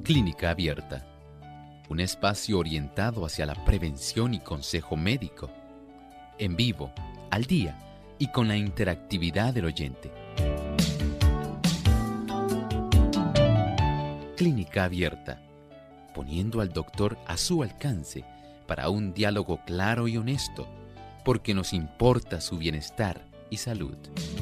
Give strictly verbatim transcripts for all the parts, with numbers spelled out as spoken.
Clínica Abierta, un espacio orientado hacia la prevención y consejo médico, en vivo, al día y con la interactividad del oyente. Clínica Abierta, poniendo al doctor a su alcance para un diálogo claro y honesto, porque nos importa su bienestar y salud.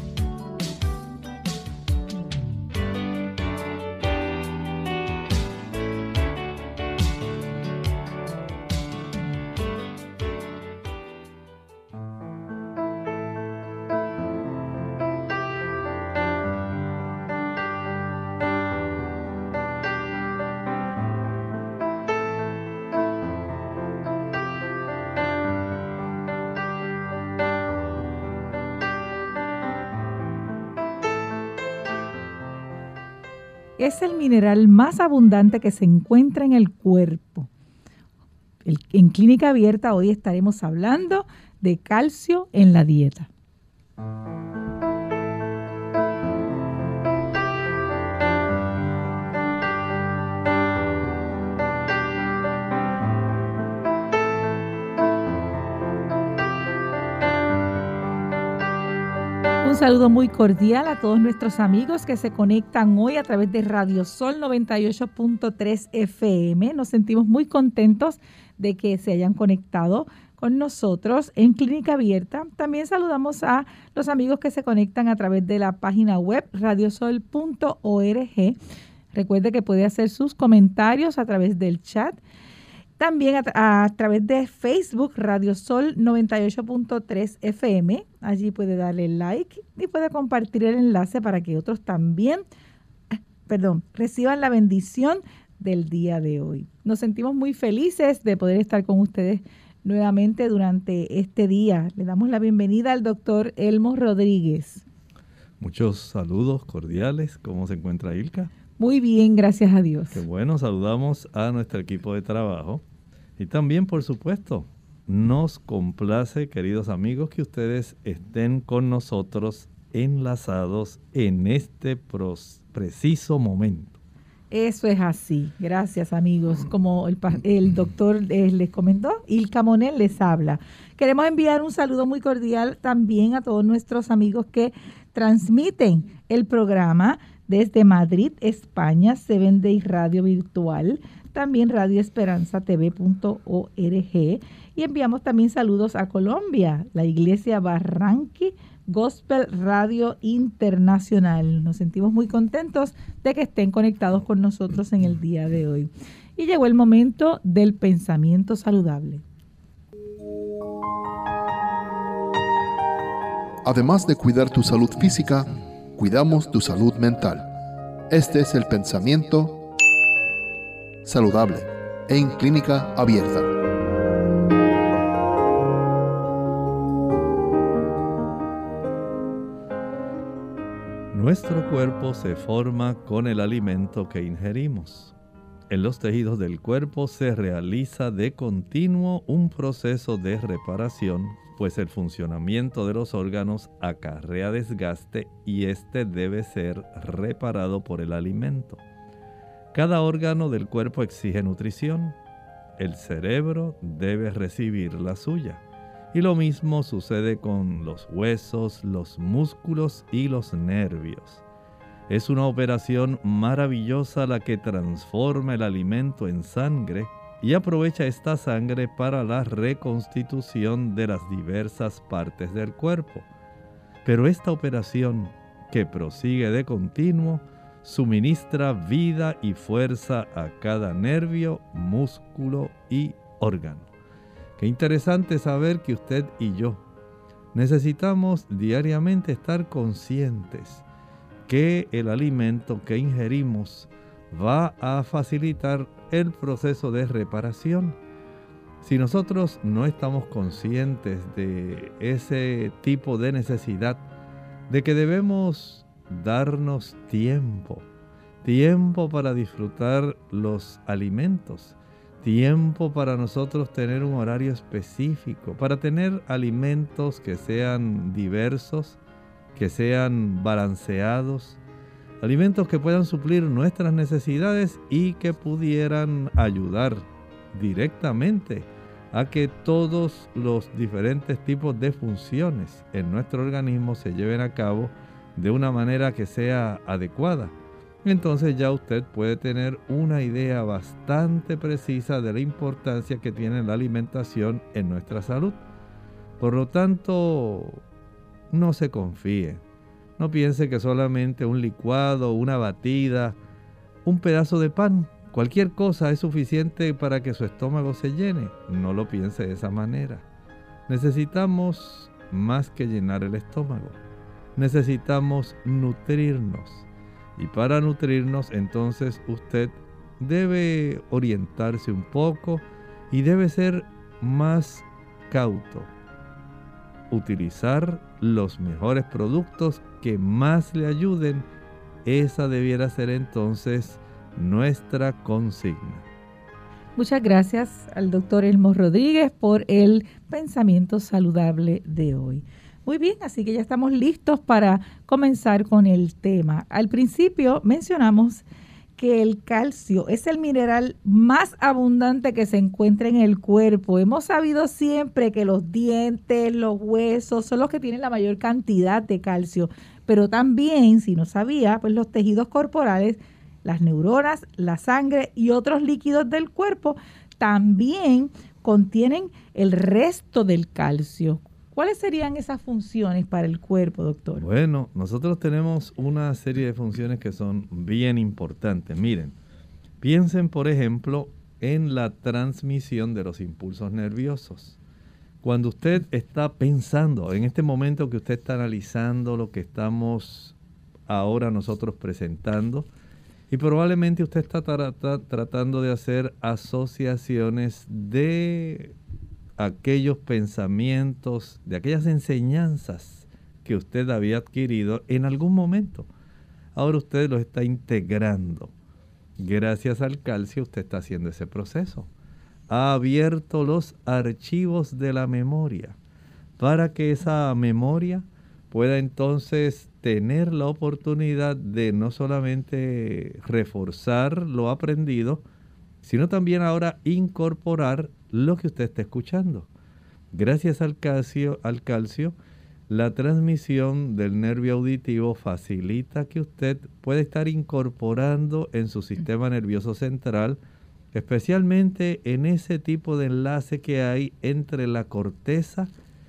Es el mineral más abundante que se encuentra en el cuerpo. El, en Clínica Abierta hoy estaremos hablando de calcio en la dieta. Un saludo muy cordial a todos nuestros amigos que se conectan hoy a través de Radio Sol noventa y ocho punto tres F M. Nos sentimos muy contentos de que se hayan conectado con nosotros en Clínica Abierta. También saludamos a los amigos que se conectan a través de la página web radiosol punto org. Recuerde que puede hacer sus comentarios a través del chat. También a, a través de Facebook, Radio Sol noventa y ocho punto tres F M. Allí puede darle like y puede compartir el enlace para que otros también, perdón, reciban la bendición del día de hoy. Nos sentimos muy felices de poder estar con ustedes nuevamente durante este día. Le damos la bienvenida al doctor Elmo Rodríguez. Muchos saludos cordiales. ¿Cómo se encuentra Ilka? Muy bien, gracias a Dios. Qué bueno, saludamos a nuestro equipo de trabajo. Y también, por supuesto, nos complace, queridos amigos, que ustedes estén con nosotros enlazados en este preciso momento. Eso es así. Gracias, amigos. Como el, el doctor eh, les comentó, Ilka Monel les habla. Queremos enviar un saludo muy cordial también a todos nuestros amigos que transmiten el programa desde Madrid, España, Seven Day Radio Virtual, también Radio Esperanza T V punto org, y enviamos también saludos a Colombia, la Iglesia Barranqui Gospel Radio Internacional. Nos sentimos muy contentos de que estén conectados con nosotros en el día de hoy. Y llegó el momento del pensamiento saludable. Además de cuidar tu salud física, cuidamos tu salud mental. Este es el pensamiento saludable en Clínica Abierta. Nuestro cuerpo se forma con el alimento que ingerimos. En los tejidos del cuerpo se realiza de continuo un proceso de reparación, pues el funcionamiento de los órganos acarrea desgaste y este debe ser reparado por el alimento. Cada órgano del cuerpo exige nutrición. El cerebro debe recibir la suya. Y lo mismo sucede con los huesos, los músculos y los nervios. Es una operación maravillosa la que transforma el alimento en sangre y aprovecha esta sangre para la reconstitución de las diversas partes del cuerpo. Pero esta operación, que prosigue de continuo, suministra vida y fuerza a cada nervio, músculo y órgano. Qué interesante saber que usted y yo necesitamos diariamente estar conscientes que el alimento que ingerimos va a facilitar el proceso de reparación. Si nosotros no estamos conscientes de ese tipo de necesidad, de que debemos darnos tiempo, tiempo para disfrutar los alimentos, tiempo para nosotros tener un horario específico, para tener alimentos que sean diversos, que sean balanceados, Alimentos que puedan suplir nuestras necesidades y que pudieran ayudar directamente a que todos los diferentes tipos de funciones en nuestro organismo se lleven a cabo de una manera que sea adecuada. Entonces ya usted puede tener una idea bastante precisa de la importancia que tiene la alimentación en nuestra salud. Por lo tanto, no se confíe. No piense que solamente un licuado, una batida, un pedazo de pan, cualquier cosa es suficiente para que su estómago se llene. No lo piense de esa manera. Necesitamos más que llenar el estómago. Necesitamos nutrirnos. Y para nutrirnos, entonces usted debe orientarse un poco y debe ser más cauto. Utilizar los mejores productos que más le ayuden. Esa debiera ser entonces nuestra consigna. Muchas gracias al doctor Elmo Rodríguez por el pensamiento saludable de hoy. Muy bien, así que ya estamos listos para comenzar con el tema. Al principio mencionamos que el calcio es el mineral más abundante que se encuentra en el cuerpo. Hemos sabido siempre que los dientes, los huesos son los que tienen la mayor cantidad de calcio, pero también, si no sabía, pues los tejidos corporales, las neuronas, la sangre y otros líquidos del cuerpo también contienen el resto del calcio. ¿Cuáles serían esas funciones para el cuerpo, doctor? Bueno, nosotros tenemos una serie de funciones que son bien importantes. Miren, piensen por ejemplo en la transmisión de los impulsos nerviosos. Cuando usted está pensando, en este momento que usted está analizando lo que estamos ahora nosotros presentando, y probablemente usted está tra- tra- tratando de hacer asociaciones de aquellos pensamientos, de aquellas enseñanzas que usted había adquirido en algún momento. Ahora usted los está integrando. Gracias al calcio usted está haciendo ese proceso. Ha abierto los archivos de la memoria para que esa memoria pueda entonces tener la oportunidad de no solamente reforzar lo aprendido, sino también ahora incorporar lo que usted está escuchando. Gracias al calcio, al calcio, la transmisión del nervio auditivo facilita que usted pueda estar incorporando en su sistema nervioso central, especialmente en ese tipo de enlace que hay entre la corteza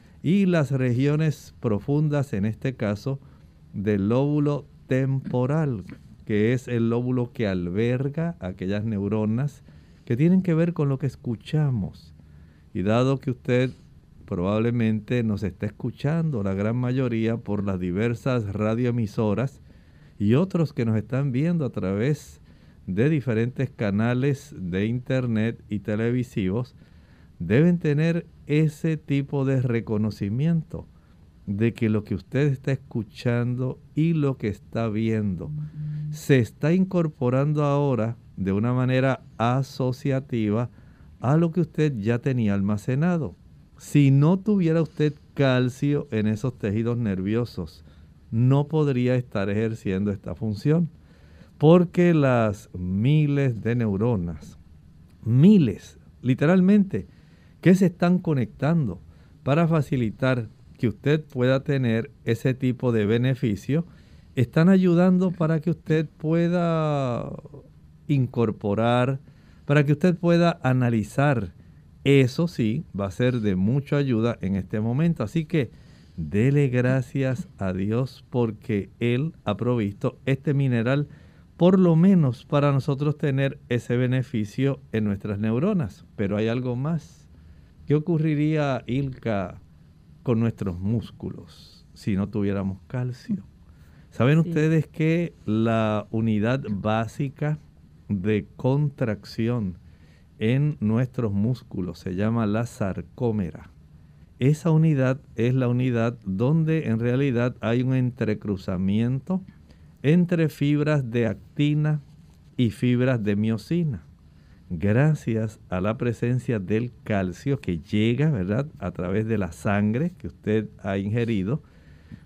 y las regiones profundas, en este caso, del lóbulo temporal, que es el lóbulo que alberga aquellas neuronas que tienen que ver con lo que escuchamos. Y dado que usted probablemente nos está escuchando, la gran mayoría, por las diversas radioemisoras y otros que nos están viendo a través de diferentes canales de internet y televisivos, deben tener ese tipo de reconocimiento de que lo que usted está escuchando y lo que está viendo se está incorporando ahora de una manera asociativa a lo que usted ya tenía almacenado. Si no tuviera usted calcio en esos tejidos nerviosos, no podría estar ejerciendo esta función, porque las miles de neuronas, miles, literalmente, que se están conectando para facilitar que usted pueda tener ese tipo de beneficio, están ayudando para que usted pueda incorporar, para que usted pueda analizar. Eso sí, va a ser de mucha ayuda en este momento. Así que dele gracias a Dios porque Él ha provisto este mineral, por lo menos para nosotros tener ese beneficio en nuestras neuronas. Pero hay algo más. ¿Qué ocurriría, Ilka, con nuestros músculos si no tuviéramos calcio? ¿Saben sí. ustedes que la unidad básica de contracción en nuestros músculos se llama la sarcómera? Esa unidad es la unidad donde en realidad hay un entrecruzamiento entre fibras de actina y fibras de miosina. Gracias a la presencia del calcio que llega, ¿verdad?, a través de la sangre que usted ha ingerido,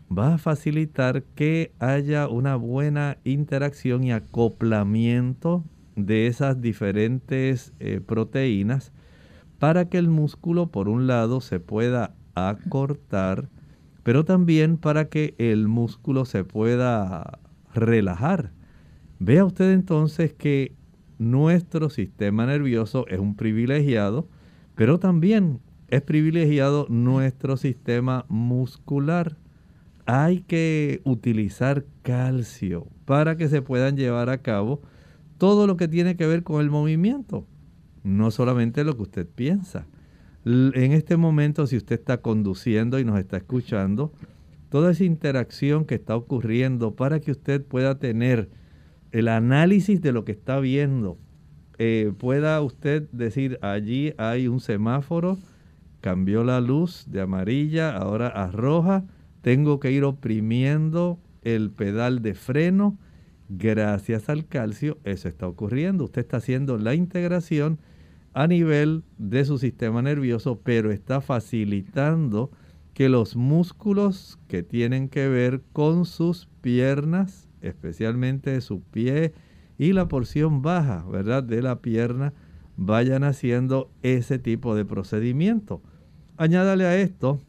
va a facilitar que haya una buena interacción y acoplamiento de esas diferentes eh, proteínas para que el músculo, por un lado, se pueda acortar, pero también para que el músculo se pueda relajar. Vea usted entonces que nuestro sistema nervioso es un privilegiado, pero también es privilegiado nuestro sistema muscular. Hay que utilizar calcio para que se puedan llevar a cabo todo lo que tiene que ver con el movimiento, no solamente lo que usted piensa. En este momento, si usted está conduciendo y nos está escuchando, toda esa interacción que está ocurriendo para que usted pueda tener el análisis de lo que está viendo, eh, pueda usted decir, allí hay un semáforo, cambió la luz de amarilla, ahora a roja, tengo que ir oprimiendo el pedal de freno. Gracias al calcio, eso está ocurriendo. Usted está haciendo la integración a nivel de su sistema nervioso, pero está facilitando que los músculos que tienen que ver con sus piernas, especialmente su pie y la porción baja, ¿verdad?, de la pierna, vayan haciendo ese tipo de procedimiento. Añádale a esto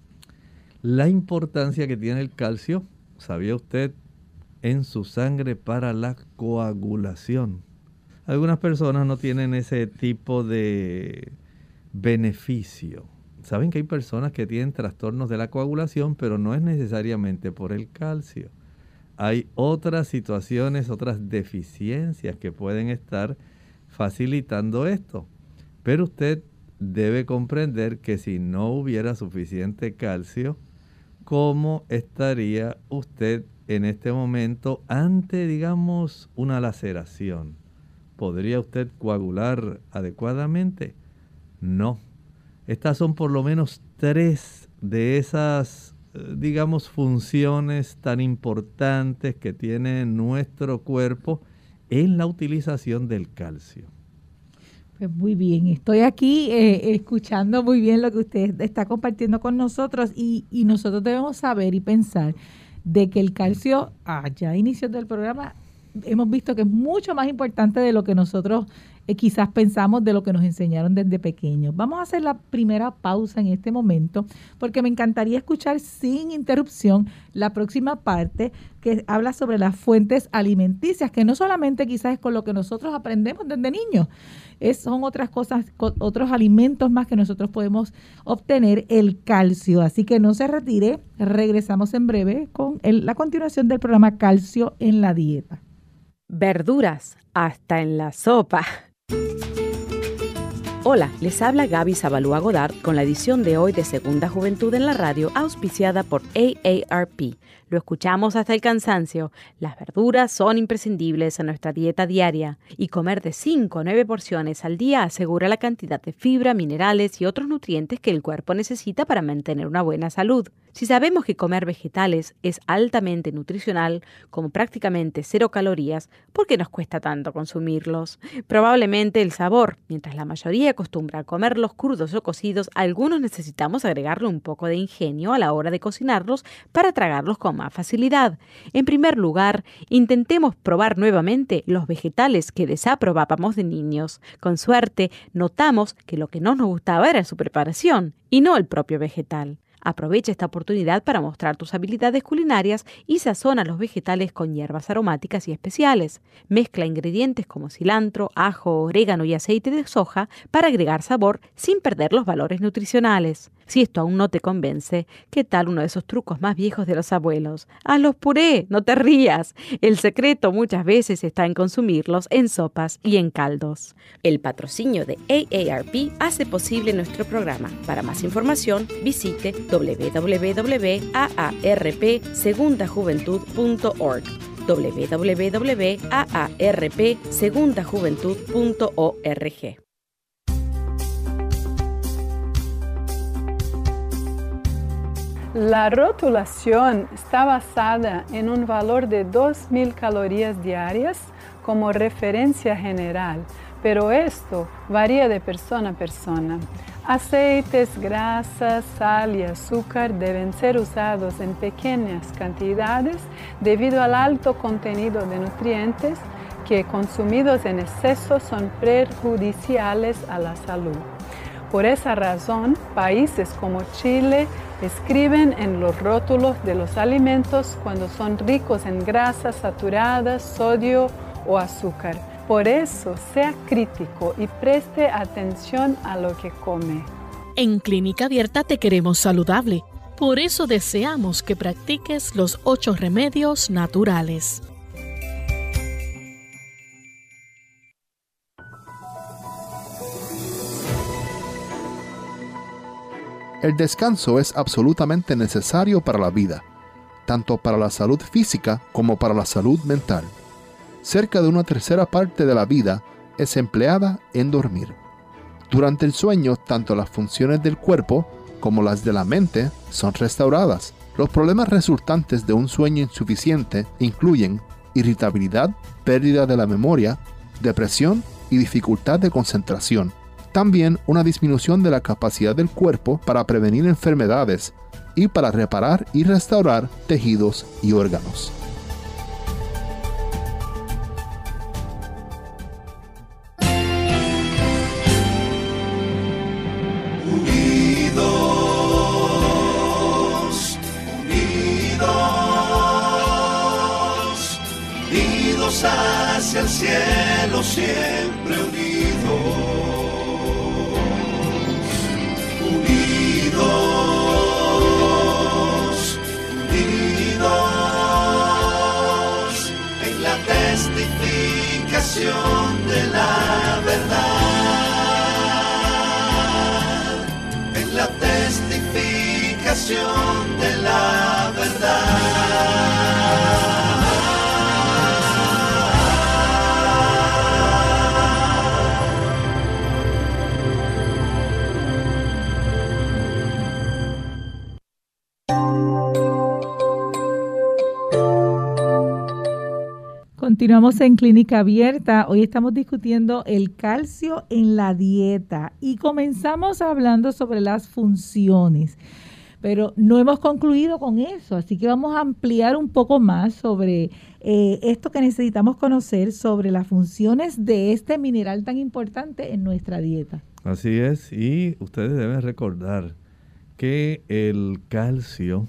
la importancia que tiene el calcio, ¿sabía usted?, en su sangre para la coagulación. Algunas personas no tienen ese tipo de beneficio. Saben que hay personas que tienen trastornos de la coagulación, pero no es necesariamente por el calcio. Hay otras situaciones, otras deficiencias que pueden estar facilitando esto. Pero usted debe comprender que si no hubiera suficiente calcio, ¿cómo estaría usted en este momento ante, digamos, una laceración? ¿Podría usted coagular adecuadamente? No. Estas son por lo menos tres de esas, digamos, funciones tan importantes que tiene nuestro cuerpo en la utilización del calcio. Pues muy bien, estoy aquí eh, escuchando muy bien lo que usted está compartiendo con nosotros y, y nosotros debemos saber y pensar de que el calcio, allá a inicios del programa, hemos visto que es mucho más importante de lo que nosotros eh, quizás pensamos, de lo que nos enseñaron desde pequeños. Vamos a hacer la primera pausa en este momento, porque me encantaría escuchar sin interrupción la próxima parte que habla sobre las fuentes alimenticias, que no solamente quizás es con lo que nosotros aprendemos desde niños, es, son otras cosas, otros alimentos más que nosotros podemos obtener el calcio. Así que no se retire, regresamos en breve con el, la continuación del programa Calcio en la Dieta. Verduras, hasta en la sopa. Hola, les habla Gaby Zabalúa Godard con la edición de hoy de Segunda Juventud en la Radio, auspiciada por A A R P. Lo escuchamos hasta el cansancio. Las verduras son imprescindibles en nuestra dieta diaria y comer de cinco a nueve porciones al día asegura la cantidad de fibra, minerales y otros nutrientes que el cuerpo necesita para mantener una buena salud. Si sabemos que comer vegetales es altamente nutricional, como prácticamente cero calorías, ¿por qué nos cuesta tanto consumirlos? Probablemente el sabor. Mientras la mayoría acostumbra a comerlos crudos o cocidos, algunos necesitamos agregarle un poco de ingenio a la hora de cocinarlos para tragarlos con más facilidad. En primer lugar, intentemos probar nuevamente los vegetales que desaprobábamos de niños. Con suerte, notamos que lo que no nos gustaba era su preparación y no el propio vegetal. Aprovecha esta oportunidad para mostrar tus habilidades culinarias y sazona los vegetales con hierbas aromáticas y especiales. Mezcla ingredientes como cilantro, ajo, orégano y aceite de soja para agregar sabor sin perder los valores nutricionales. Si esto aún no te convence, ¿qué tal uno de esos trucos más viejos de los abuelos? ¡Hazlos puré! ¡No te rías! El secreto muchas veces está en consumirlos en sopas y en caldos. El patrocinio de A A R P hace posible nuestro programa. Para más información, visite doble u doble u doble u punto a a r p segunda juventud punto org doble u doble u doble u punto a a r p segunda juventud punto org. La rotulación está basada en un valor de dos mil calorías diarias como referencia general, pero esto varía de persona a persona. Aceites, grasas, sal y azúcar deben ser usados en pequeñas cantidades debido al alto contenido de nutrientes que consumidos en exceso son perjudiciales a la salud. Por esa razón, países como Chile escriben en los rótulos de los alimentos cuando son ricos en grasas saturadas, sodio o azúcar. Por eso, sea crítico y preste atención a lo que come. En Clínica Abierta te queremos saludable. Por eso deseamos que practiques los ocho remedios naturales. El descanso es absolutamente necesario para la vida, tanto para la salud física como para la salud mental. Cerca de una tercera parte de la vida es empleada en dormir. Durante el sueño, tanto las funciones del cuerpo como las de la mente son restauradas. Los problemas resultantes de un sueño insuficiente incluyen irritabilidad, pérdida de la memoria, depresión y dificultad de concentración. También una disminución de la capacidad del cuerpo para prevenir enfermedades y para reparar y restaurar tejidos y órganos. Hacia el cielo siempre unidos, unidos, unidos en la testificación de la verdad, en la testificación de la verdad. Continuamos en Clínica Abierta. Hoy estamos discutiendo el calcio en la dieta y comenzamos hablando sobre las funciones, pero no hemos concluido con eso, así que vamos a ampliar un poco más sobre eh, esto que necesitamos conocer sobre las funciones de este mineral tan importante en nuestra dieta. Así es, y ustedes deben recordar que el calcio,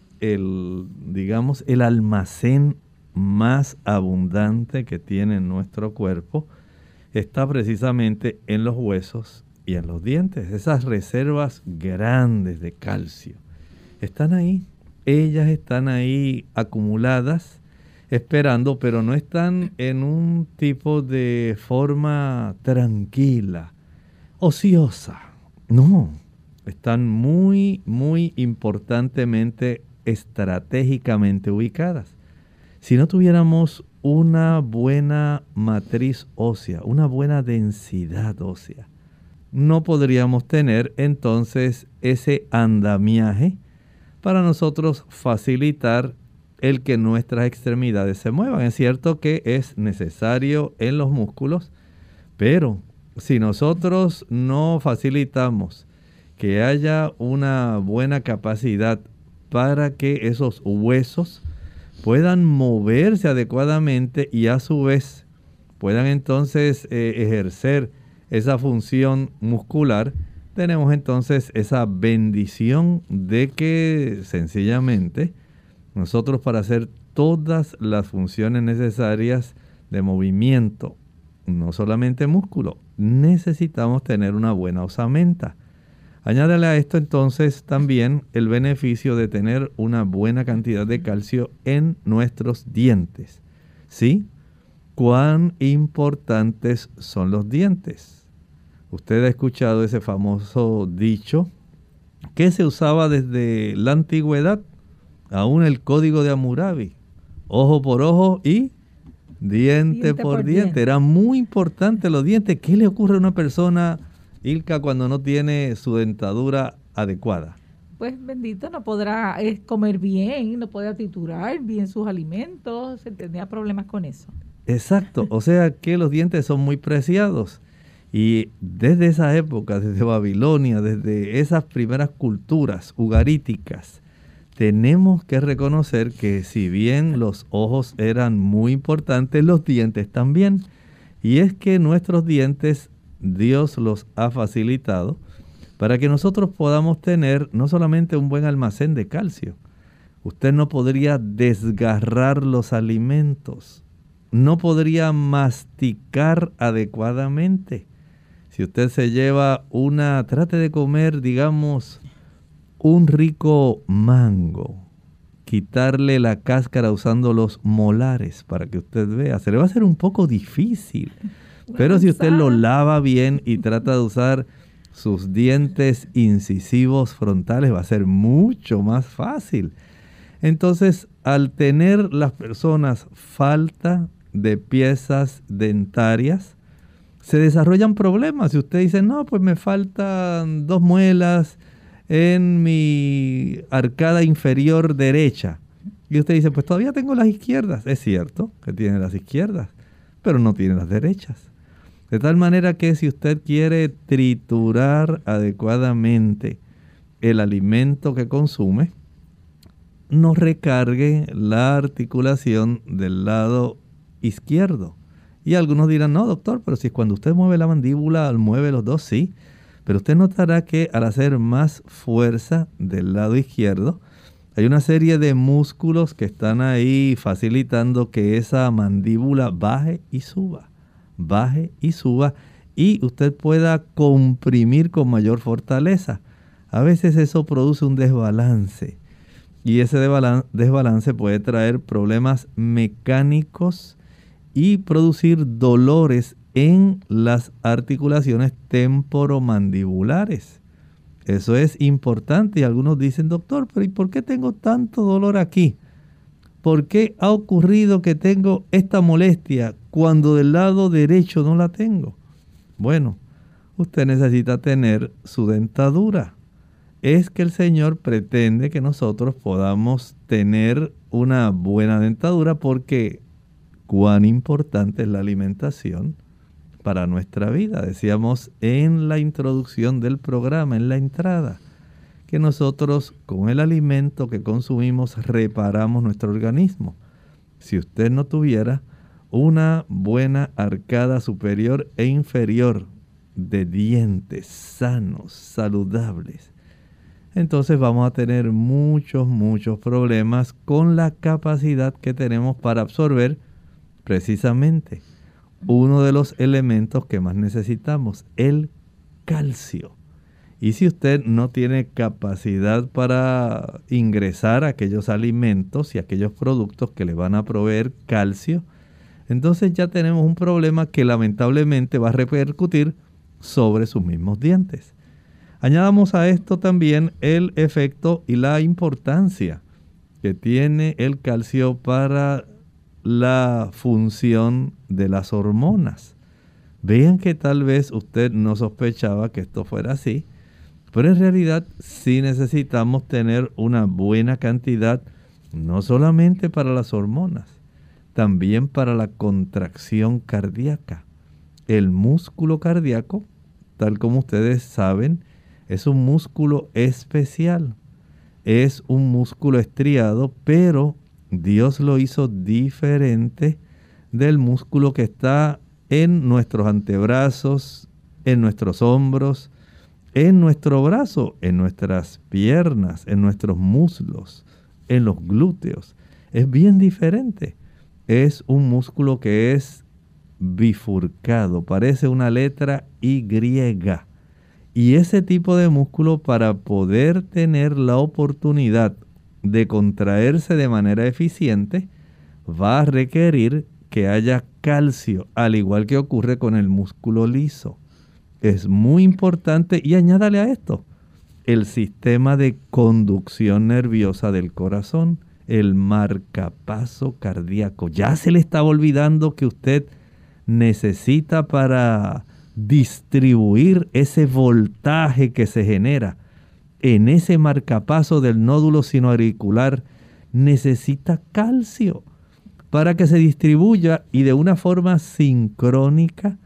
el digamos el almacén más abundante que tiene nuestro cuerpo está precisamente en los huesos y en los dientes. Esas reservas grandes de calcio están ahí, ellas están ahí acumuladas, esperando, pero no están en un tipo de forma tranquila, ociosa. No, están muy, muy importantemente, estratégicamente ubicadas. Si no tuviéramos una buena matriz ósea, una buena densidad ósea, no podríamos tener entonces ese andamiaje para nosotros facilitar el que nuestras extremidades se muevan. Es cierto que es necesario en los músculos, pero si nosotros no facilitamos que haya una buena capacidad para que esos huesos puedan moverse adecuadamente y a su vez puedan entonces eh, ejercer esa función muscular, tenemos entonces esa bendición de que sencillamente nosotros, para hacer todas las funciones necesarias de movimiento, no solamente músculo, necesitamos tener una buena osamenta. Añádale a esto entonces también el beneficio de tener una buena cantidad de calcio en nuestros dientes. ¿Sí? ¿Cuán importantes son los dientes? Usted ha escuchado ese famoso dicho que se usaba desde la antigüedad, aún el código de Hammurabi: ojo por ojo y diente, diente por, por diente. diente. Era muy importante los dientes. ¿Qué le ocurre a una persona, Ilka, cuando no tiene su dentadura adecuada? Pues bendito, no podrá eh, comer bien, no podrá triturar bien sus alimentos, se tendría problemas con eso. Exacto, o sea que los dientes son muy preciados. Y desde esa época, desde Babilonia, desde esas primeras culturas ugaríticas, tenemos que reconocer que si bien los ojos eran muy importantes, los dientes también. Y es que nuestros dientes Dios los ha facilitado para que nosotros podamos tener no solamente un buen almacén de calcio. Usted no podría desgarrar los alimentos, no podría masticar adecuadamente. Si usted se lleva una, trate de comer, digamos, un rico mango, quitarle la cáscara usando los molares para que usted vea, se le va a hacer un poco difícil. Pero si usted lo lava bien y trata de usar sus dientes incisivos frontales, va a ser mucho más fácil. Entonces, al tener las personas falta de piezas dentarias, se desarrollan problemas. Si usted dice, no, pues me faltan dos muelas en mi arcada inferior derecha. Y usted dice, pues todavía tengo las izquierdas. Es cierto que tiene las izquierdas, pero no tiene las derechas. De tal manera que si usted quiere triturar adecuadamente el alimento que consume, no recargue la articulación del lado izquierdo. Y algunos dirán, no, doctor, pero si cuando usted mueve la mandíbula, mueve los dos, sí. Pero usted notará que al hacer más fuerza del lado izquierdo, hay una serie de músculos que están ahí facilitando que esa mandíbula baje y suba, baje y suba, y usted pueda comprimir con mayor fortaleza. A veces eso produce un desbalance, y ese desbalance puede traer problemas mecánicos y producir dolores en las articulaciones temporomandibulares. Eso es importante y algunos dicen, doctor, pero ¿y por qué tengo tanto dolor aquí? ¿Por qué ha ocurrido que tengo esta molestia cuando del lado derecho no la tengo? Bueno, usted necesita tener su dentadura. Es que el Señor pretende que nosotros podamos tener una buena dentadura porque cuán importante es la alimentación para nuestra vida. Decíamos en la introducción del programa, en la entrada, que nosotros con el alimento que consumimos reparamos nuestro organismo. Si usted no tuviera una buena arcada superior e inferior de dientes sanos, saludables, entonces vamos a tener muchos, muchos problemas con la capacidad que tenemos para absorber precisamente uno de los elementos que más necesitamos, el calcio. Y si usted no tiene capacidad para ingresar aquellos alimentos y aquellos productos que le van a proveer calcio, entonces ya tenemos un problema que lamentablemente va a repercutir sobre sus mismos dientes. Añadamos a esto también el efecto y la importancia que tiene el calcio para la función de las hormonas. Vean que tal vez usted no sospechaba que esto fuera así, pero en realidad sí necesitamos tener una buena cantidad, no solamente para las hormonas, también para la contracción cardíaca. El músculo cardíaco, tal como ustedes saben, es un músculo especial. Es un músculo estriado, pero Dios lo hizo diferente del músculo que está en nuestros antebrazos, en nuestros hombros, en nuestro brazo, en nuestras piernas, en nuestros muslos, en los glúteos. Es bien diferente. Es un músculo que es bifurcado, parece una letra Y. Y ese tipo de músculo, para poder tener la oportunidad de contraerse de manera eficiente, va a requerir que haya calcio, al igual que ocurre con el músculo liso. Es muy importante, y añádale a esto, el sistema de conducción nerviosa del corazón, el marcapaso cardíaco. Ya se le estaba olvidando que usted necesita para distribuir ese voltaje que se genera en ese marcapaso del nódulo sinoauricular, necesita calcio para que se distribuya y de una forma sincrónica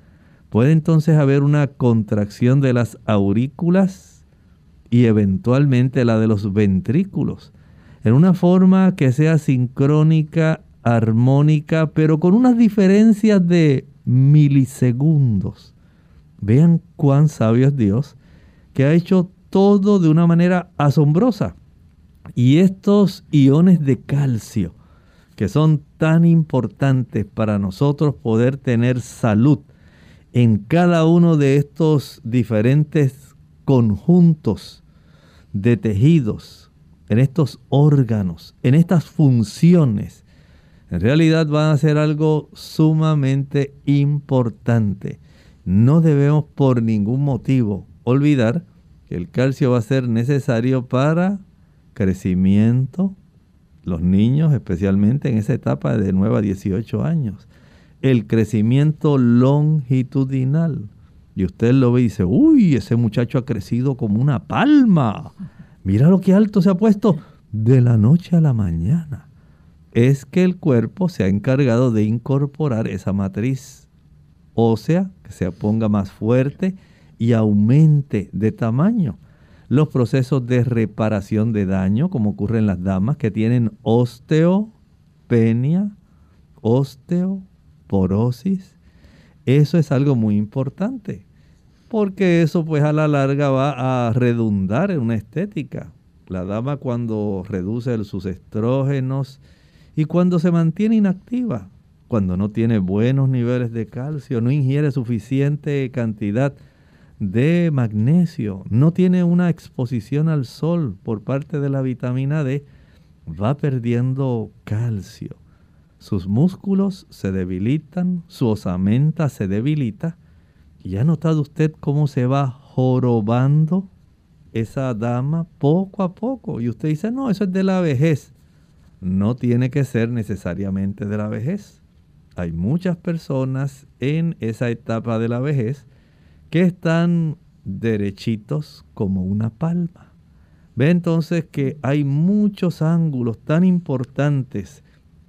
Puede entonces haber una contracción de las aurículas y eventualmente la de los ventrículos, en una forma que sea sincrónica, armónica, pero con unas diferencias de milisegundos. Vean cuán sabio es Dios, que ha hecho todo de una manera asombrosa. Y estos iones de calcio, que son tan importantes para nosotros poder tener salud en cada uno de estos diferentes conjuntos de tejidos, en estos órganos, en estas funciones, en realidad van a ser algo sumamente importante. No debemos por ningún motivo olvidar que el calcio va a ser necesario para crecimiento, los niños especialmente en esa etapa de nueve a dieciocho años, el crecimiento longitudinal. Y usted lo ve y dice, uy, ese muchacho ha crecido como una palma. Mira lo que alto se ha puesto de la noche a la mañana. Es que el cuerpo se ha encargado de incorporar esa matriz ósea, que se ponga más fuerte y aumente de tamaño. Los procesos de reparación de daño, como ocurre en las damas que tienen osteopenia, osteoporosis, eso es algo muy importante, porque eso pues a la larga va a redundar en una estética. La dama cuando reduce sus estrógenos y cuando se mantiene inactiva, cuando no tiene buenos niveles de calcio, no ingiere suficiente cantidad de magnesio, no tiene una exposición al sol por parte de la vitamina D, va perdiendo calcio. Sus músculos se debilitan, su osamenta se debilita. ¿Y ha notado usted cómo se va jorobando esa dama poco a poco? Y usted dice, no, eso es de la vejez. No tiene que ser necesariamente de la vejez. Hay muchas personas en esa etapa de la vejez que están derechitos como una palma. Ve entonces que hay muchos ángulos tan importantes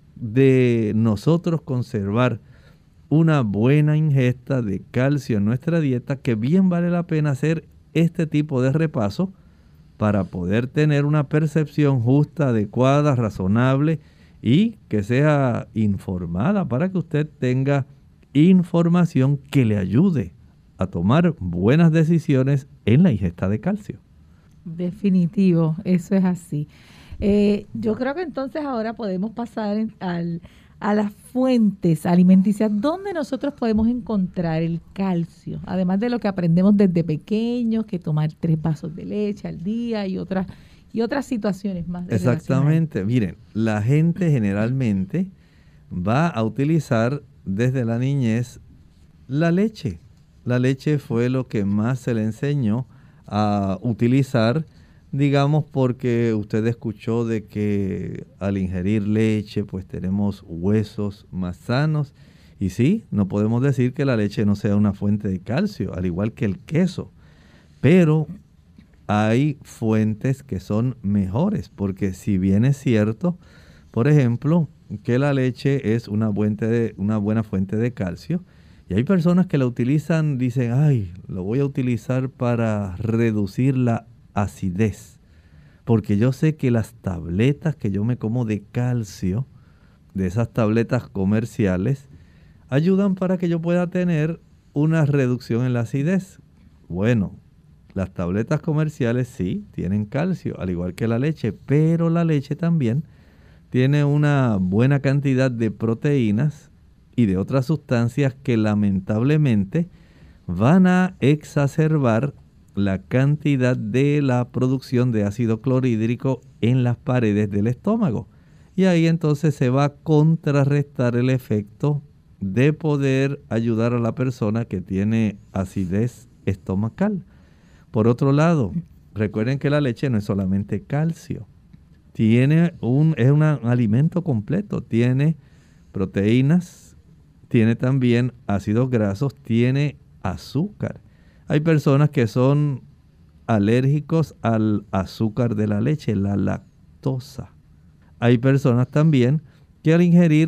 de nosotros conservar una buena ingesta de calcio en nuestra dieta, que bien vale la pena hacer este tipo de repaso para poder tener una percepción justa, adecuada, razonable y que sea informada, para que usted tenga información que le ayude a tomar buenas decisiones en la ingesta de calcio. Definitivo, eso es así. Eh, yo creo que entonces ahora podemos pasar en, al, a las fuentes alimenticias. ¿Dónde nosotros podemos encontrar el calcio? Además de lo que aprendemos desde pequeños, que tomar tres vasos de leche al día y otras, y otras situaciones más. Exactamente. Miren, la gente generalmente va a utilizar desde la niñez la leche. La leche fue lo que más se le enseñó a utilizar, digamos, porque usted escuchó de que al ingerir leche pues tenemos huesos más sanos. Y sí, no podemos decir que la leche no sea una fuente de calcio, al igual que el queso. Pero hay fuentes que son mejores, porque si bien es cierto, por ejemplo, que la leche es una, fuente de, una buena fuente de calcio, y hay personas que la utilizan, dicen, ay, lo voy a utilizar para reducir la acidez, porque yo sé que las tabletas que yo me como de calcio, de esas tabletas comerciales, ayudan para que yo pueda tener una reducción en la acidez. Bueno, las tabletas comerciales sí tienen calcio, al igual que la leche, pero la leche también tiene una buena cantidad de proteínas y de otras sustancias que lamentablemente van a exacerbar la cantidad de la producción de ácido clorhídrico en las paredes del estómago. Y ahí entonces se va a contrarrestar el efecto de poder ayudar a la persona que tiene acidez estomacal. Por otro lado, recuerden que la leche no es solamente calcio. Tiene un, es un alimento completo. Tiene proteínas, tiene también ácidos grasos, tiene azúcar. Hay personas que son alérgicos al azúcar de la leche, la lactosa. Hay personas también que al ingerir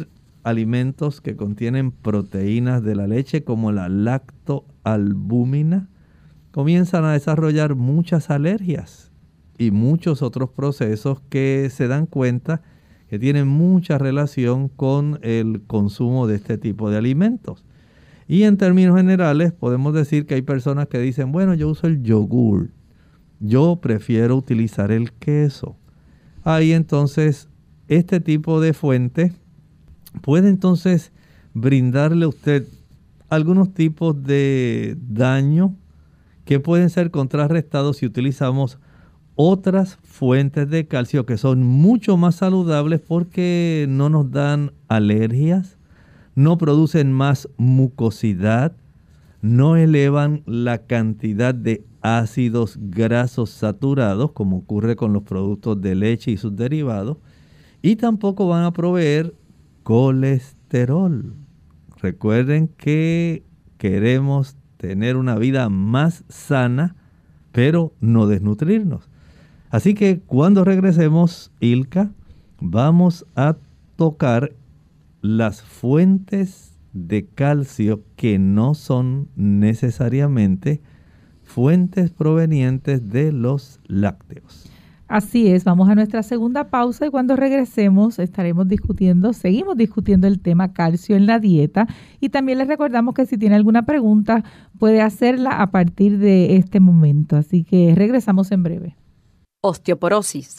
alimentos que contienen proteínas de la leche como la lactoalbúmina, comienzan a desarrollar muchas alergias y muchos otros procesos que se dan cuenta que tienen mucha relación con el consumo de este tipo de alimentos. Y en términos generales podemos decir que hay personas que dicen, bueno, yo uso el yogur, yo prefiero utilizar el queso. Ahí entonces este tipo de fuente puede entonces brindarle a usted algunos tipos de daño que pueden ser contrarrestados si utilizamos otras fuentes de calcio que son mucho más saludables porque no nos dan alergias, no producen más mucosidad, no elevan la cantidad de ácidos grasos saturados como ocurre con los productos de leche y sus derivados, y tampoco van a proveer colesterol. Recuerden que queremos tener una vida más sana, pero no desnutrirnos. Así que cuando regresemos, Ilka, vamos a tocar las fuentes de calcio que no son necesariamente fuentes provenientes de los lácteos. Así es, vamos a nuestra segunda pausa y cuando regresemos estaremos discutiendo, seguimos discutiendo el tema calcio en la dieta y también les recordamos que si tiene alguna pregunta puede hacerla a partir de este momento. Así que regresamos en breve. Osteoporosis.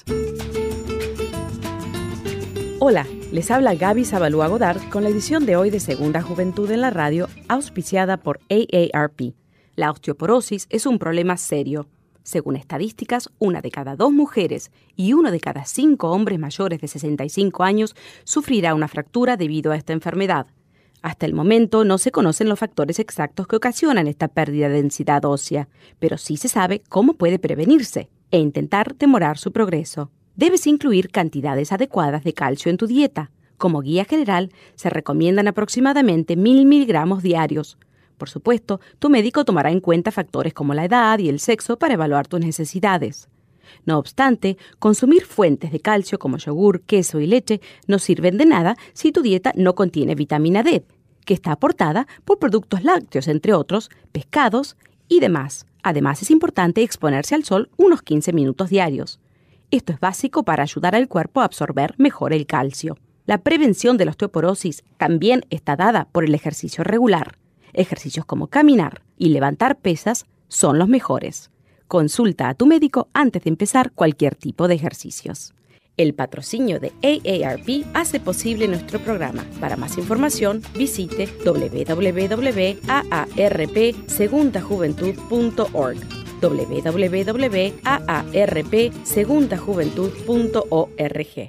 Hola, les habla Gaby Zabalúa Godard con la edición de hoy de Segunda Juventud en la Radio, auspiciada por A A R P. La osteoporosis es un problema serio. Según estadísticas, una de cada dos mujeres y uno de cada cinco hombres mayores de sesenta y cinco años sufrirá una fractura debido a esta enfermedad. Hasta el momento no se conocen los factores exactos que ocasionan esta pérdida de densidad ósea, pero sí se sabe cómo puede prevenirse e intentar demorar su progreso. Debes incluir cantidades adecuadas de calcio en tu dieta. Como guía general, se recomiendan aproximadamente mil miligramos diarios. Por supuesto, tu médico tomará en cuenta factores como la edad y el sexo para evaluar tus necesidades. No obstante, consumir fuentes de calcio como yogur, queso y leche no sirven de nada si tu dieta no contiene vitamina D, que está aportada por productos lácteos, entre otros, pescados y demás. Además, es importante exponerse al sol unos quince minutos diarios. Esto es básico para ayudar al cuerpo a absorber mejor el calcio. La prevención de la osteoporosis también está dada por el ejercicio regular. Ejercicios como caminar y levantar pesas son los mejores. Consulta a tu médico antes de empezar cualquier tipo de ejercicios. El patrocinio de A A R P hace posible nuestro programa. Para más información, visite doble u doble u doble u punto a a r p segunda juventud punto org. doble u doble u doble u punto a a r p segunda juventud punto org.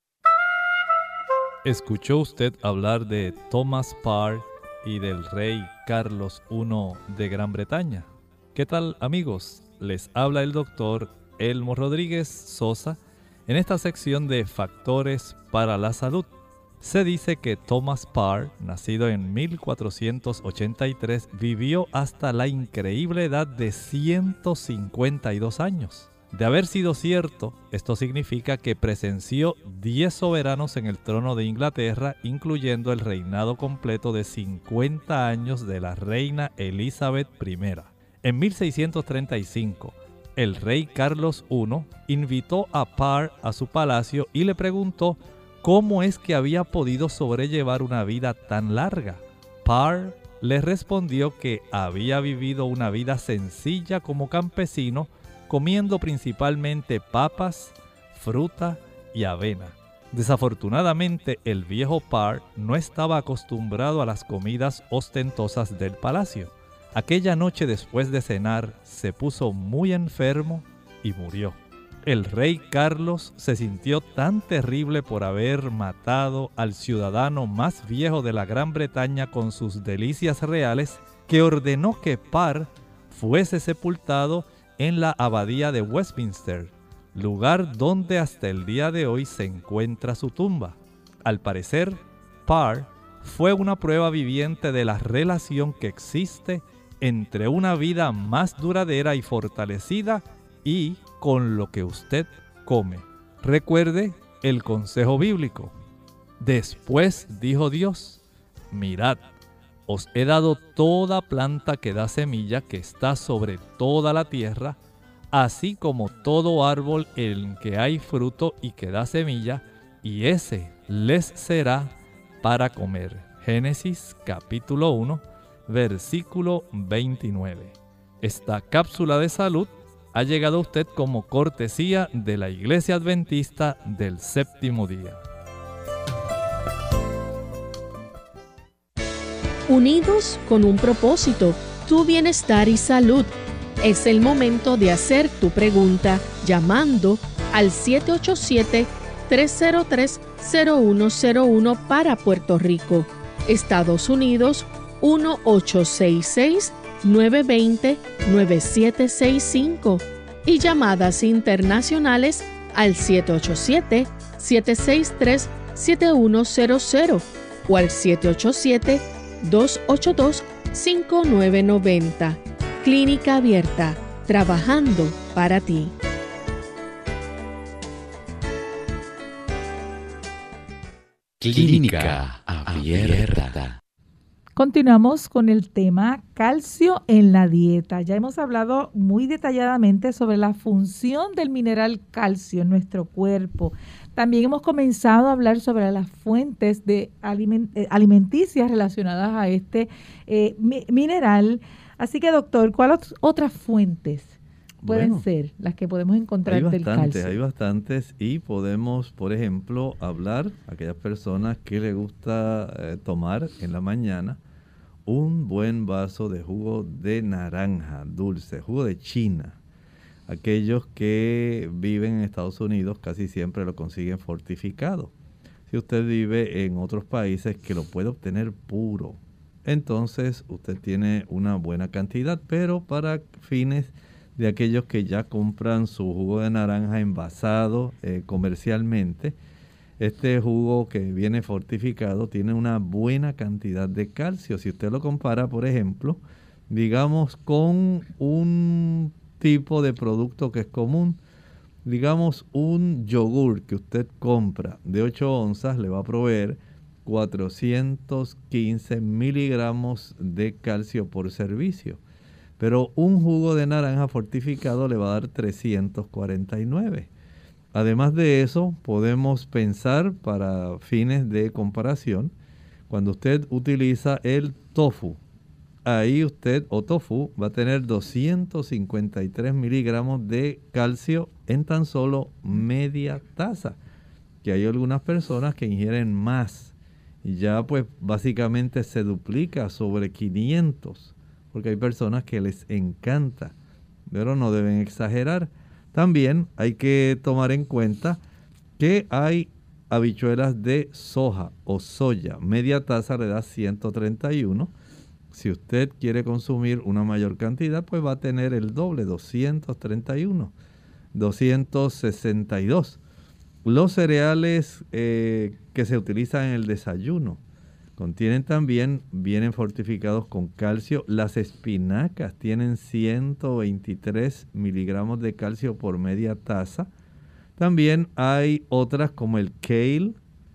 ¿Escuchó usted hablar de Thomas Parr y del rey Carlos primero de Gran Bretaña? ¿Qué tal, amigos? Les habla el doctor Elmo Rodríguez Sosa en esta sección de Factores para la Salud. Se dice que Thomas Parr, nacido en mil cuatrocientos ochenta y tres, vivió hasta la increíble edad de ciento cincuenta y dos años. De haber sido cierto, esto significa que presenció diez soberanos en el trono de Inglaterra, incluyendo el reinado completo de cincuenta años de la reina Elizabeth primera. En mil seiscientos treinta y cinco, el rey Carlos primero invitó a Parr a su palacio y le preguntó cómo es que había podido sobrellevar una vida tan larga. Parr le respondió que había vivido una vida sencilla como campesino, comiendo principalmente papas, fruta y avena. Desafortunadamente, el viejo Parr no estaba acostumbrado a las comidas ostentosas del palacio. Aquella noche después de cenar, se puso muy enfermo y murió. El rey Carlos se sintió tan terrible por haber matado al ciudadano más viejo de la Gran Bretaña con sus delicias reales, que ordenó que Parr fuese sepultado en la abadía de Westminster, lugar donde hasta el día de hoy se encuentra su tumba. Al parecer, Parr fue una prueba viviente de la relación que existe entre una vida más duradera y fortalecida y con lo que usted come. Recuerde el consejo bíblico: Después dijo Dios: mirad, os he dado toda planta que da semilla que está sobre toda la tierra, así como todo árbol en que hay fruto y que da semilla, y ese les será para comer. Génesis capítulo uno, versículo veintinueve. Esta cápsula de salud ha llegado a usted como cortesía de la Iglesia Adventista del Séptimo Día. Unidos con un propósito, tu bienestar y salud. Es el momento de hacer tu pregunta llamando al siete ocho siete, tres cero tres, cero uno cero uno para Puerto Rico, Estados Unidos uno ocho seis seis, nueve dos cero, nueve siete seis cinco y llamadas internacionales al siete ocho siete, siete seis tres, siete uno cero cero o al siete ocho siete, dos ocho dos, cinco nueve nueve cero. Clínica Abierta, trabajando para ti. Clínica Abierta. Continuamos con el tema calcio en la dieta. Ya hemos hablado muy detalladamente sobre la función del mineral calcio en nuestro cuerpo. También hemos comenzado a hablar sobre las fuentes de aliment alimenticias relacionadas a este eh, mi mineral. Así que, doctor, ¿cuáles otras fuentes pueden bueno, ser las que podemos encontrar hay del bastantes, calcio? Hay bastantes y podemos, por ejemplo, hablar a aquellas personas que les gusta eh, tomar en la mañana un buen vaso de jugo de naranja dulce, jugo de China. Aquellos que viven en Estados Unidos casi siempre lo consiguen fortificado. Si usted vive en otros países que lo puede obtener puro, entonces usted tiene una buena cantidad, pero para fines de aquellos que ya compran su jugo de naranja envasado eh, comercialmente, este jugo que viene fortificado tiene una buena cantidad de calcio. Si usted lo compara, por ejemplo, digamos con un tipo de producto que es común, digamos un yogur que usted compra de ocho onzas, le va a proveer cuatrocientos quince miligramos de calcio por servicio. Pero un jugo de naranja fortificado le va a dar trescientos cuarenta y nueve. Además de eso, podemos pensar para fines de comparación, cuando usted utiliza el tofu, ahí usted, o tofu, va a tener doscientos cincuenta y tres miligramos de calcio en tan solo media taza. Que hay algunas personas que ingieren más. Y ya pues básicamente se duplica sobre quinientos. Porque hay personas que les encanta. Pero no deben exagerar. También hay que tomar en cuenta que hay habichuelas de soja o soya. Media taza le da ciento treinta y uno. Si usted quiere consumir una mayor cantidad, pues va a tener el doble, doscientos treinta y uno, doscientos sesenta y dos. Los cereales eh, que se utilizan en el desayuno contienen también, vienen fortificados con calcio. Las espinacas tienen ciento veintitrés miligramos de calcio por media taza. También hay otras como el kale,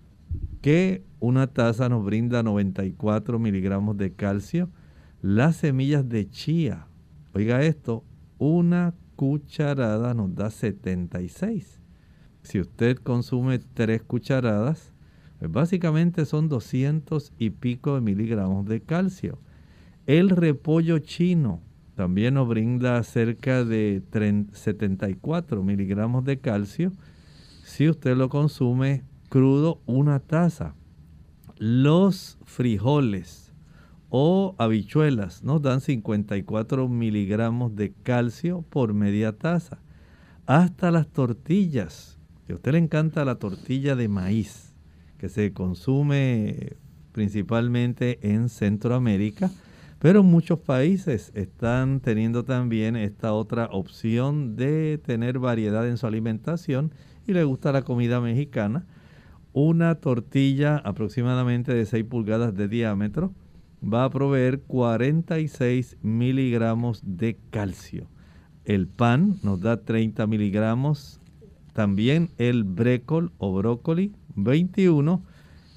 que una taza nos brinda noventa y cuatro miligramos de calcio. Las semillas de chía, oiga esto, una cucharada nos da setenta y seis. Si usted consume tres cucharadas, pues básicamente son doscientos y pico de miligramos de calcio. El repollo chino también nos brinda cerca de setenta y cuatro miligramos de calcio. Si usted lo consume crudo, una taza. Los frijoles o habichuelas nos dan cincuenta y cuatro miligramos de calcio por media taza. Hasta las tortillas, que a usted le encanta la tortilla de maíz, que se consume principalmente en Centroamérica, pero muchos países están teniendo también esta otra opción de tener variedad en su alimentación y le gusta la comida mexicana. Una tortilla aproximadamente de seis pulgadas de diámetro va a proveer cuarenta y seis miligramos de calcio. El pan nos da treinta miligramos. También el brécol o brócoli, veintiuno.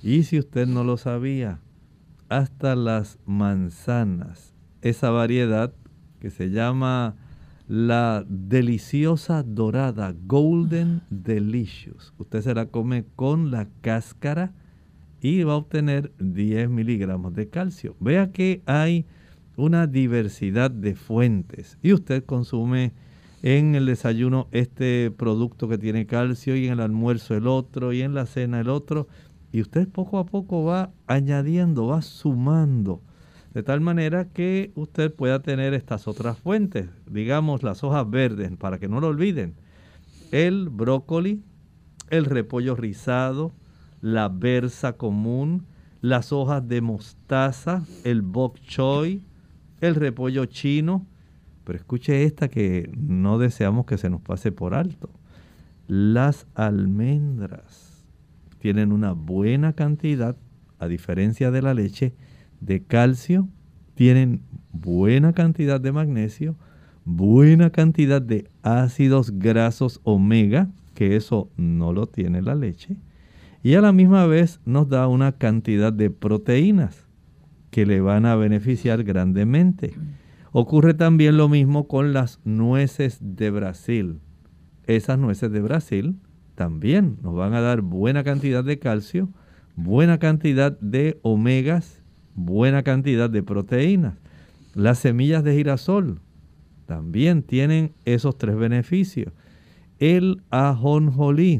Y si usted no lo sabía, hasta las manzanas, esa variedad que se llama la deliciosa dorada, Golden Delicious, usted se la come con la cáscara y va a obtener diez miligramos de calcio. Vea que hay una diversidad de fuentes y usted consume en el desayuno este producto que tiene calcio y en el almuerzo el otro y en la cena el otro, y usted poco a poco va añadiendo, va sumando, de tal manera que usted pueda tener estas otras fuentes, digamos las hojas verdes, para que no lo olviden, el brócoli, el repollo rizado, la berza común, las hojas de mostaza, el bok choy, el repollo chino. Pero escuche esta que no deseamos que se nos pase por alto. Las almendras tienen una buena cantidad, a diferencia de la leche, de calcio, tienen buena cantidad de magnesio, buena cantidad de ácidos grasos omega, que eso no lo tiene la leche, y a la misma vez nos da una cantidad de proteínas que le van a beneficiar grandemente. Ocurre también lo mismo con las nueces de Brasil. Esas nueces de Brasil también nos van a dar buena cantidad de calcio, buena cantidad de omegas, buena cantidad de proteínas. Las semillas de girasol también tienen esos tres beneficios. El ajonjolí,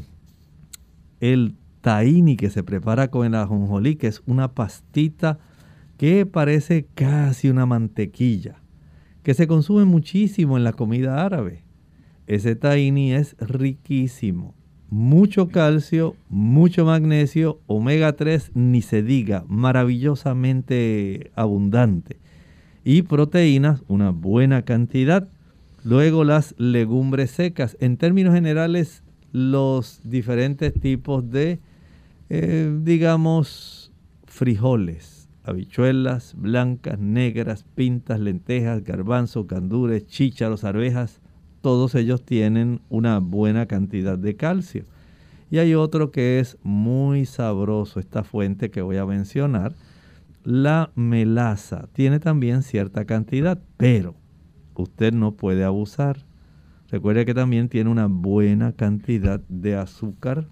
el tahini que se prepara con el ajonjolí, que es una pastita que parece casi una mantequilla, que se consume muchísimo en la comida árabe. Ese tahini es riquísimo. Mucho calcio, mucho magnesio, omega tres ni se diga, maravillosamente abundante. Y proteínas, una buena cantidad. Luego las legumbres secas. En términos generales, los diferentes tipos de, eh, digamos, frijoles, habichuelas blancas, negras, pintas, lentejas, garbanzos, gandules, chícharos, arvejas, todos ellos tienen una buena cantidad de calcio. Y hay otro que es muy sabroso, esta fuente que voy a mencionar, la melaza. Tiene también cierta cantidad, pero usted no puede abusar. Recuerde que también tiene una buena cantidad de azúcar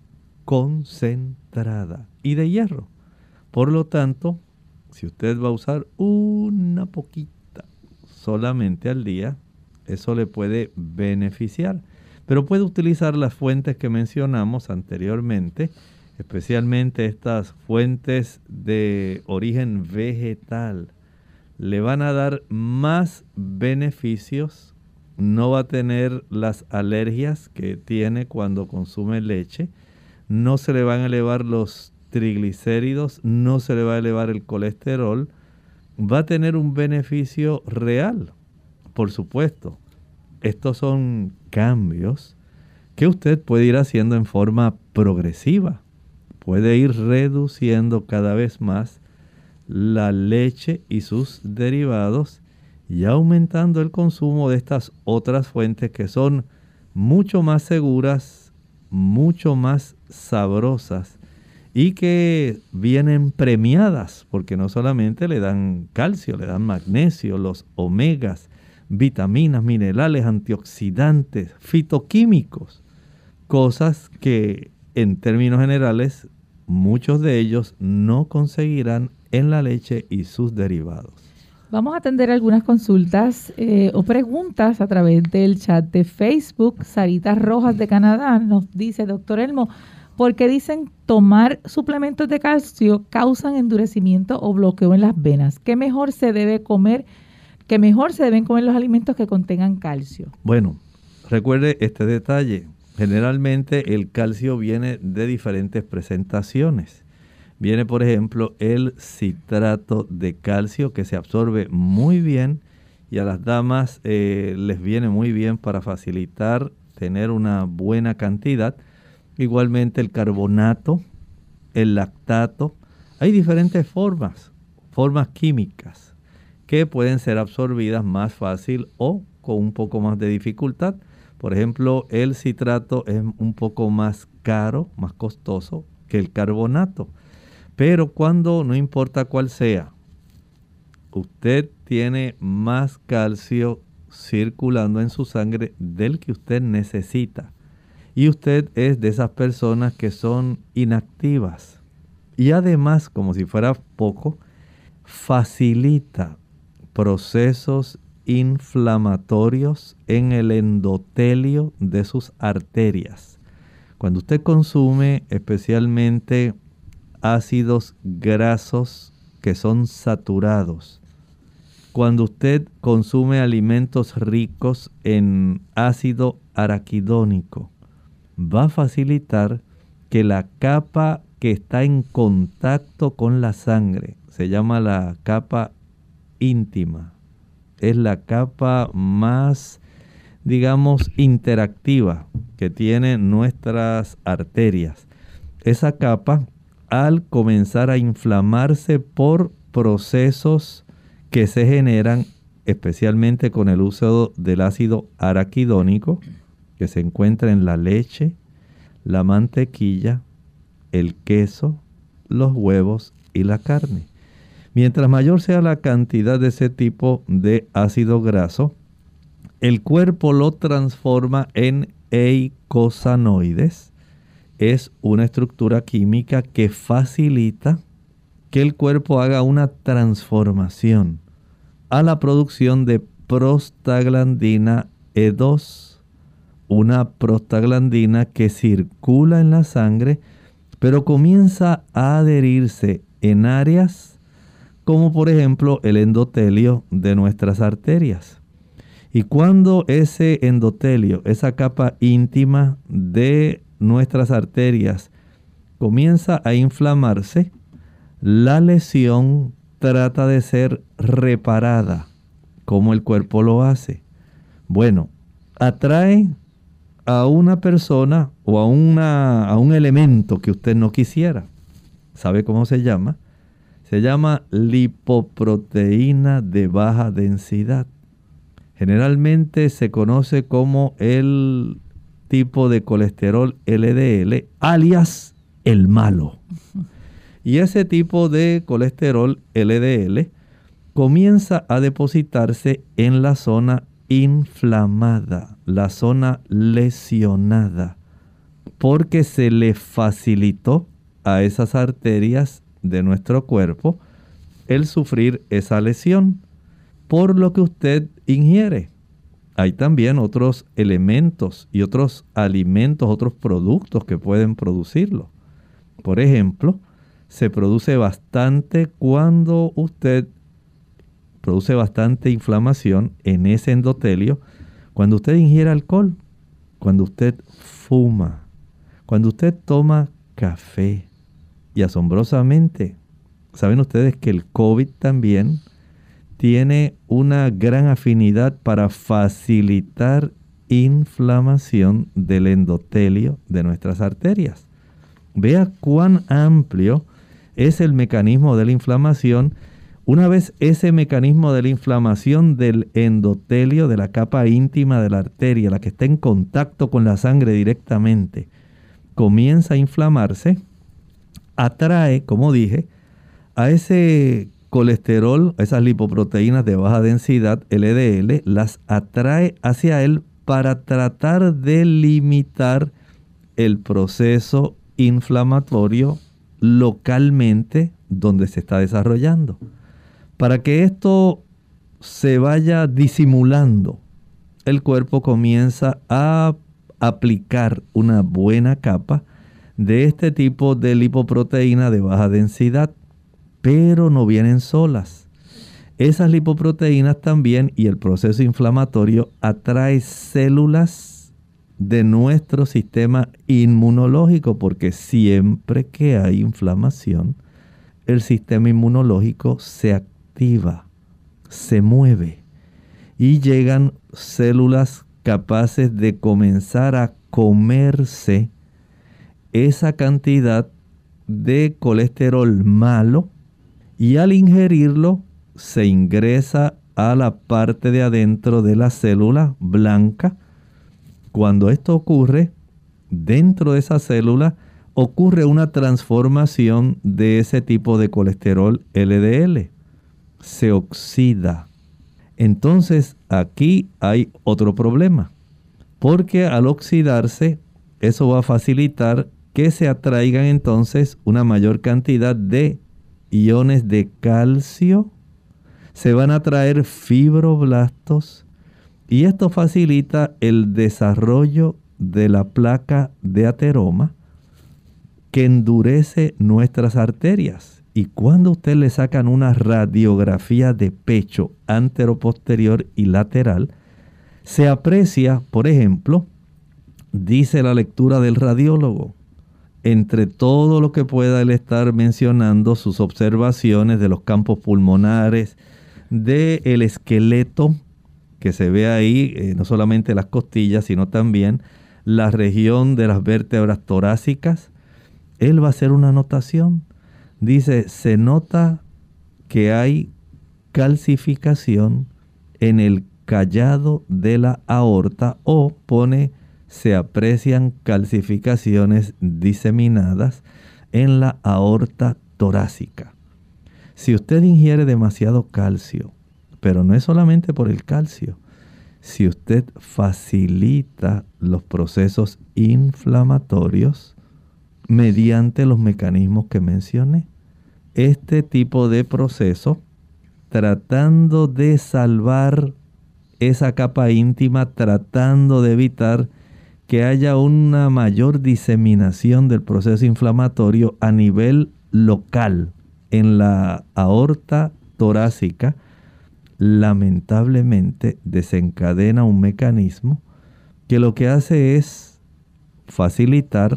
concentrada y de hierro. Por lo tanto, si usted va a usar una poquita solamente al día, eso le puede beneficiar. Pero puede utilizar las fuentes que mencionamos anteriormente, especialmente estas fuentes de origen vegetal. Le van a dar más beneficios, no va a tener las alergias que tiene cuando consume leche, no se le van a elevar los triglicéridos, no se le va a elevar el colesterol, va a tener un beneficio real. Por supuesto, estos son cambios que usted puede ir haciendo en forma progresiva. Puede ir reduciendo cada vez más la leche y sus derivados y aumentando el consumo de estas otras fuentes que son mucho más seguras, mucho más sabrosas y que vienen premiadas porque no solamente le dan calcio, le dan magnesio, los omegas, vitaminas, minerales, antioxidantes, fitoquímicos, cosas que en términos generales muchos de ellos no conseguirán en la leche y sus derivados. Vamos a atender algunas consultas eh, o preguntas a través del chat de Facebook. Sarita Rojas de Canadá nos dice, doctor Elmo, ¿por qué dicen tomar suplementos de calcio causan endurecimiento o bloqueo en las venas? ¿Qué mejor se debe comer? ¿Qué mejor se deben comer los alimentos que contengan calcio? Bueno, recuerde este detalle. Generalmente el calcio viene de diferentes presentaciones. Viene, por ejemplo, el citrato de calcio que se absorbe muy bien y a las damas eh, les viene muy bien para facilitar tener una buena cantidad. Igualmente el carbonato, el lactato. Hay diferentes formas, formas químicas que pueden ser absorbidas más fácil o con un poco más de dificultad. Por ejemplo, el citrato es un poco más caro, más costoso que el carbonato. Pero cuando, no importa cuál sea, usted tiene más calcio circulando en su sangre del que usted necesita, y usted es de esas personas que son inactivas, y además, como si fuera poco, facilita procesos inflamatorios en el endotelio de sus arterias. Cuando usted consume especialmente ácidos grasos que son saturados, cuando usted consume alimentos ricos en ácido araquidónico, va a facilitar que la capa que está en contacto con la sangre, se llama la capa íntima, es la capa más, digamos, interactiva que tienen nuestras arterias. Esa capa, al comenzar a inflamarse por procesos que se generan especialmente con el uso del ácido araquidónico, que se encuentra en la leche, la mantequilla, el queso, los huevos y la carne. Mientras mayor sea la cantidad de ese tipo de ácido graso, el cuerpo lo transforma en eicosanoides. Es una estructura química que facilita que el cuerpo haga una transformación a la producción de prostaglandina E dos, una prostaglandina que circula en la sangre, pero comienza a adherirse en áreas como por ejemplo el endotelio de nuestras arterias. Y cuando ese endotelio, esa capa íntima de nuestras arterias, comienza a inflamarse, la lesión trata de ser reparada. ¿Cómo el cuerpo lo hace? Bueno, atrae a una persona o a, una, a un elemento que usted no quisiera. ¿Sabe cómo se llama? Se llama lipoproteína de baja densidad. Generalmente se conoce como el tipo de colesterol L D L, alias el malo. Y ese tipo de colesterol L D L comienza a depositarse en la zona inflamada, la zona lesionada, porque se le facilitó a esas arterias de nuestro cuerpo el sufrir esa lesión por lo que usted ingiere. Hay también otros elementos y otros alimentos, otros productos que pueden producirlo. Por ejemplo, se produce bastante cuando usted produce bastante inflamación en ese endotelio cuando usted ingiere alcohol, cuando usted fuma, cuando usted toma café. Y asombrosamente, ¿saben ustedes que el COVID también tiene una gran afinidad para facilitar inflamación del endotelio de nuestras arterias? Vea cuán amplio es el mecanismo de la inflamación. Una vez ese mecanismo de la inflamación del endotelio, de la capa íntima de la arteria, la que está en contacto con la sangre directamente, comienza a inflamarse, atrae, como dije, a ese colesterol, a esas lipoproteínas de baja densidad, L D L, las atrae hacia él para tratar de limitar el proceso inflamatorio localmente donde se está desarrollando. Para que esto se vaya disimulando, el cuerpo comienza a aplicar una buena capa de este tipo de lipoproteína de baja densidad, pero no vienen solas. Esas lipoproteínas también y el proceso inflamatorio atrae células de nuestro sistema inmunológico, porque siempre que hay inflamación, el sistema inmunológico se activa, se mueve y llegan células capaces de comenzar a comerse esa cantidad de colesterol malo, y al ingerirlo se ingresa a la parte de adentro de la célula blanca. Cuando esto ocurre, dentro de esa célula ocurre una transformación de ese tipo de colesterol L D L. Se oxida. Entonces aquí hay otro problema, porque al oxidarse, eso va a facilitar que se atraigan entonces una mayor cantidad de iones de calcio, se van a atraer fibroblastos y esto facilita el desarrollo de la placa de ateroma que endurece nuestras arterias. Y cuando usted le sacan una radiografía de pecho anteroposterior y lateral, se aprecia, por ejemplo, dice la lectura del radiólogo, entre todo lo que pueda él estar mencionando, sus observaciones de los campos pulmonares, del esqueleto que se ve ahí, eh, no solamente las costillas, sino también la región de las vértebras torácicas, él va a hacer una anotación. Dice, se nota que hay calcificación en el callado de la aorta, o pone, se aprecian calcificaciones diseminadas en la aorta torácica. Si usted ingiere demasiado calcio, pero no es solamente por el calcio, si usted facilita los procesos inflamatorios mediante los mecanismos que mencioné, este tipo de proceso, tratando de salvar esa capa íntima, tratando de evitar que haya una mayor diseminación del proceso inflamatorio a nivel local en la aorta torácica, lamentablemente desencadena un mecanismo que lo que hace es facilitar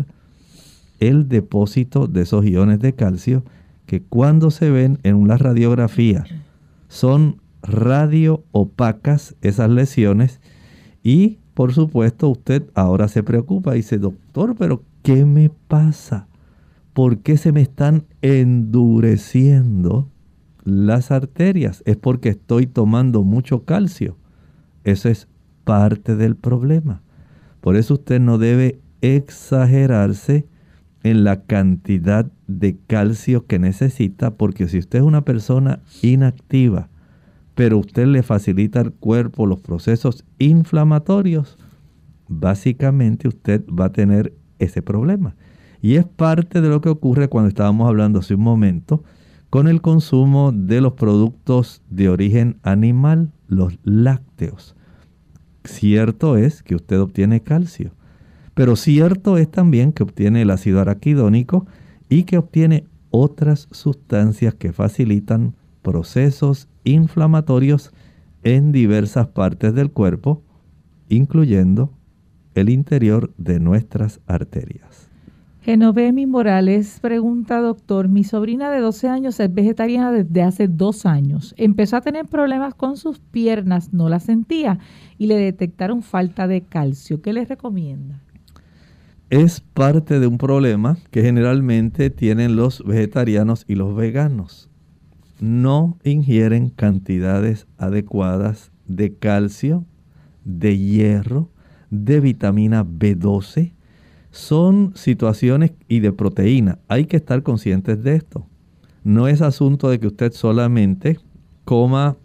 el depósito de esos iones de calcio que cuando se ven en la radiografía son radio opacas esas lesiones, y por supuesto usted ahora se preocupa y dice, doctor, pero ¿qué me pasa? ¿Por qué se me están endureciendo las arterias? Es porque estoy tomando mucho calcio. Eso es parte del problema. Por eso usted no debe exagerarse en la cantidad de calcio que necesita, porque si usted es una persona inactiva, pero usted le facilita al cuerpo los procesos inflamatorios, básicamente usted va a tener ese problema. Y es parte de lo que ocurre cuando estábamos hablando hace un momento con el consumo de los productos de origen animal, los lácteos. Cierto es que usted obtiene calcio, pero cierto es también que obtiene el ácido araquidónico y que obtiene otras sustancias que facilitan procesos inflamatorios en diversas partes del cuerpo, incluyendo el interior de nuestras arterias. Genovemi Morales pregunta, doctor, mi sobrina de doce años es vegetariana desde hace dos años. Empezó a tener problemas con sus piernas, no las sentía y le detectaron falta de calcio. ¿Qué le recomienda? Es parte de un problema que generalmente tienen los vegetarianos y los veganos. No ingieren cantidades adecuadas de calcio, de hierro, de vitamina B doce. Son situaciones y de proteína. Hay que estar conscientes de esto. No es asunto de que usted solamente coma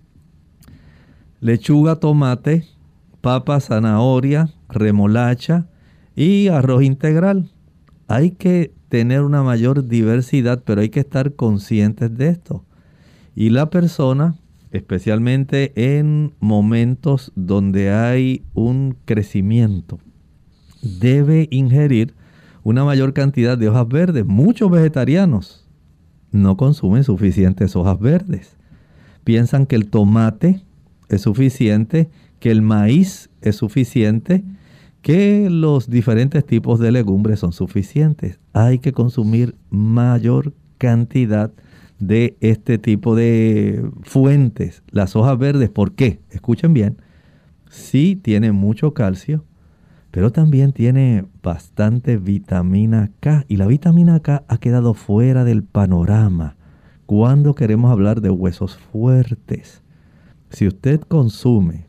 lechuga, tomate, papa, zanahoria, remolacha y arroz integral. Hay que tener una mayor diversidad, pero hay que estar conscientes de esto. Y la persona, especialmente en momentos donde hay un crecimiento, debe ingerir una mayor cantidad de hojas verdes. Muchos vegetarianos no consumen suficientes hojas verdes. Piensan que el tomate es suficiente, que el maíz es suficiente, que los diferentes tipos de legumbres son suficientes. Hay que consumir mayor cantidad de este tipo de fuentes. Las hojas verdes, ¿por qué? Escuchen bien, sí tienen mucho calcio, pero también tiene bastante vitamina K. Y la vitamina K ha quedado fuera del panorama cuando queremos hablar de huesos fuertes. Si usted consume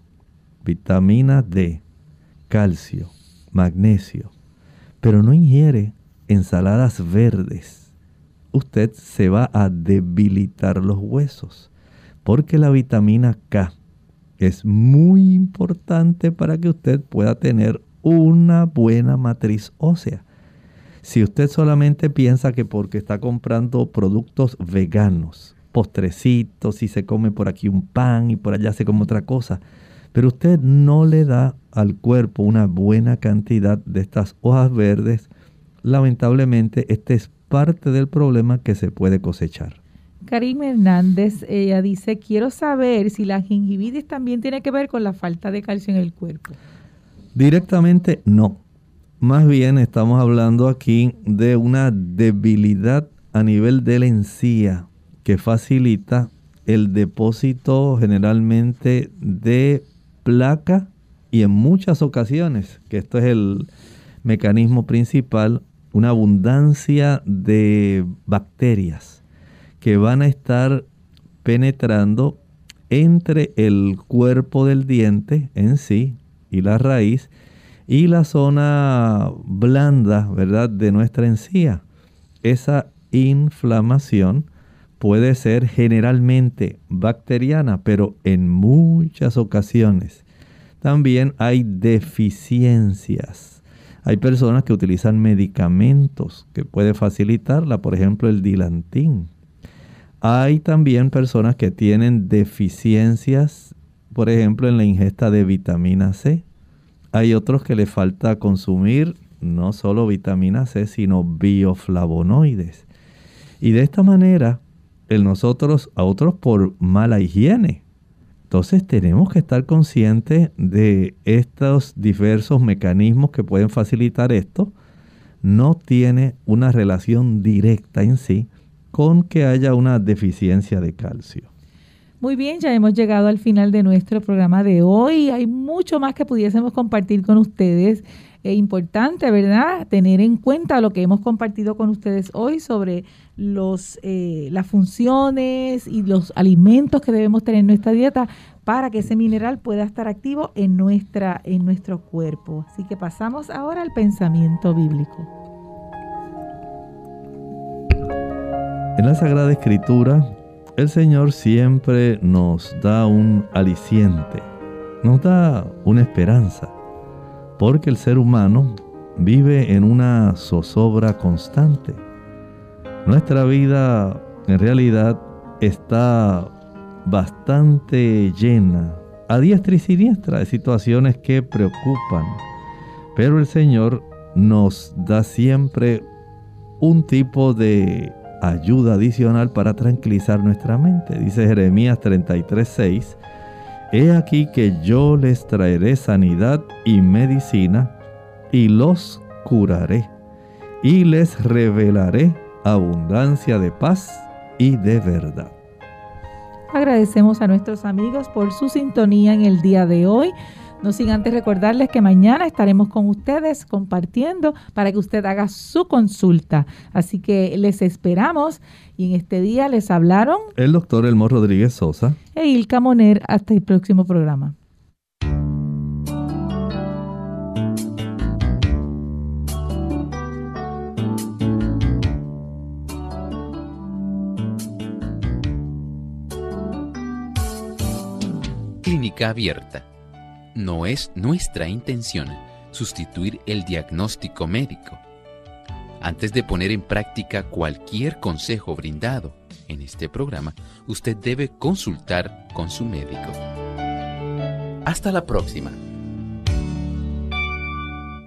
vitamina D, calcio, magnesio, pero no ingiere ensaladas verdes, usted se va a debilitar los huesos, porque la vitamina K es muy importante para que usted pueda tener una buena matriz ósea. Si usted solamente piensa que porque está comprando productos veganos, postrecitos, y se come por aquí un pan y por allá se come otra cosa, pero usted no le da al cuerpo una buena cantidad de estas hojas verdes, lamentablemente este es parte del problema que se puede cosechar. Karim Hernández, ella dice, quiero saber si la gingivitis también tiene que ver con la falta de calcio en el cuerpo. Directamente no. Más bien estamos hablando aquí de una debilidad a nivel de la encía que facilita el depósito generalmente de placa y en muchas ocasiones, que esto es el mecanismo principal, una abundancia de bacterias que van a estar penetrando entre el cuerpo del diente en sí y la raíz y la zona blanda, ¿verdad?, de nuestra encía. Esa inflamación puede ser generalmente bacteriana, pero en muchas ocasiones también hay deficiencias. Hay personas que utilizan medicamentos que puede facilitarla, por ejemplo el Dilantin. Hay también personas que tienen deficiencias, por ejemplo en la ingesta de vitamina C. Hay otros que les falta consumir no solo vitamina C, sino bioflavonoides. Y de esta manera, el nosotros a otros por mala higiene. Entonces tenemos que estar conscientes de estos diversos mecanismos que pueden facilitar esto. No tiene una relación directa en sí con que haya una deficiencia de calcio. Muy bien, ya hemos llegado al final de nuestro programa de hoy. Hay mucho más que pudiésemos compartir con ustedes. Es importante, ¿verdad?, tener en cuenta lo que hemos compartido con ustedes hoy sobre los, eh, las funciones y los alimentos que debemos tener en nuestra dieta para que ese mineral pueda estar activo en, nuestra, en nuestro cuerpo. Así que pasamos ahora al pensamiento bíblico. En la Sagrada Escritura, el Señor siempre nos da un aliciente, nos da una esperanza, porque el ser humano vive en una zozobra constante. Nuestra vida en realidad está bastante llena, a diestra y siniestra, de situaciones que preocupan, pero el Señor nos da siempre un tipo de ayuda adicional para tranquilizar nuestra mente. Dice Jeremías treinta y tres, seis, he aquí que yo les traeré sanidad y medicina, y los curaré, y les revelaré abundancia de paz y de verdad. Agradecemos a nuestros amigos por su sintonía en el día de hoy. No sin antes recordarles que mañana estaremos con ustedes compartiendo para que usted haga su consulta. Así que les esperamos y en este día les hablaron el doctor Elmo Rodríguez Sosa e Ilka Moner. Hasta el próximo programa. Clínica Abierta. No es nuestra intención sustituir el diagnóstico médico. Antes de poner en práctica cualquier consejo brindado en este programa, usted debe consultar con su médico. Hasta la próxima.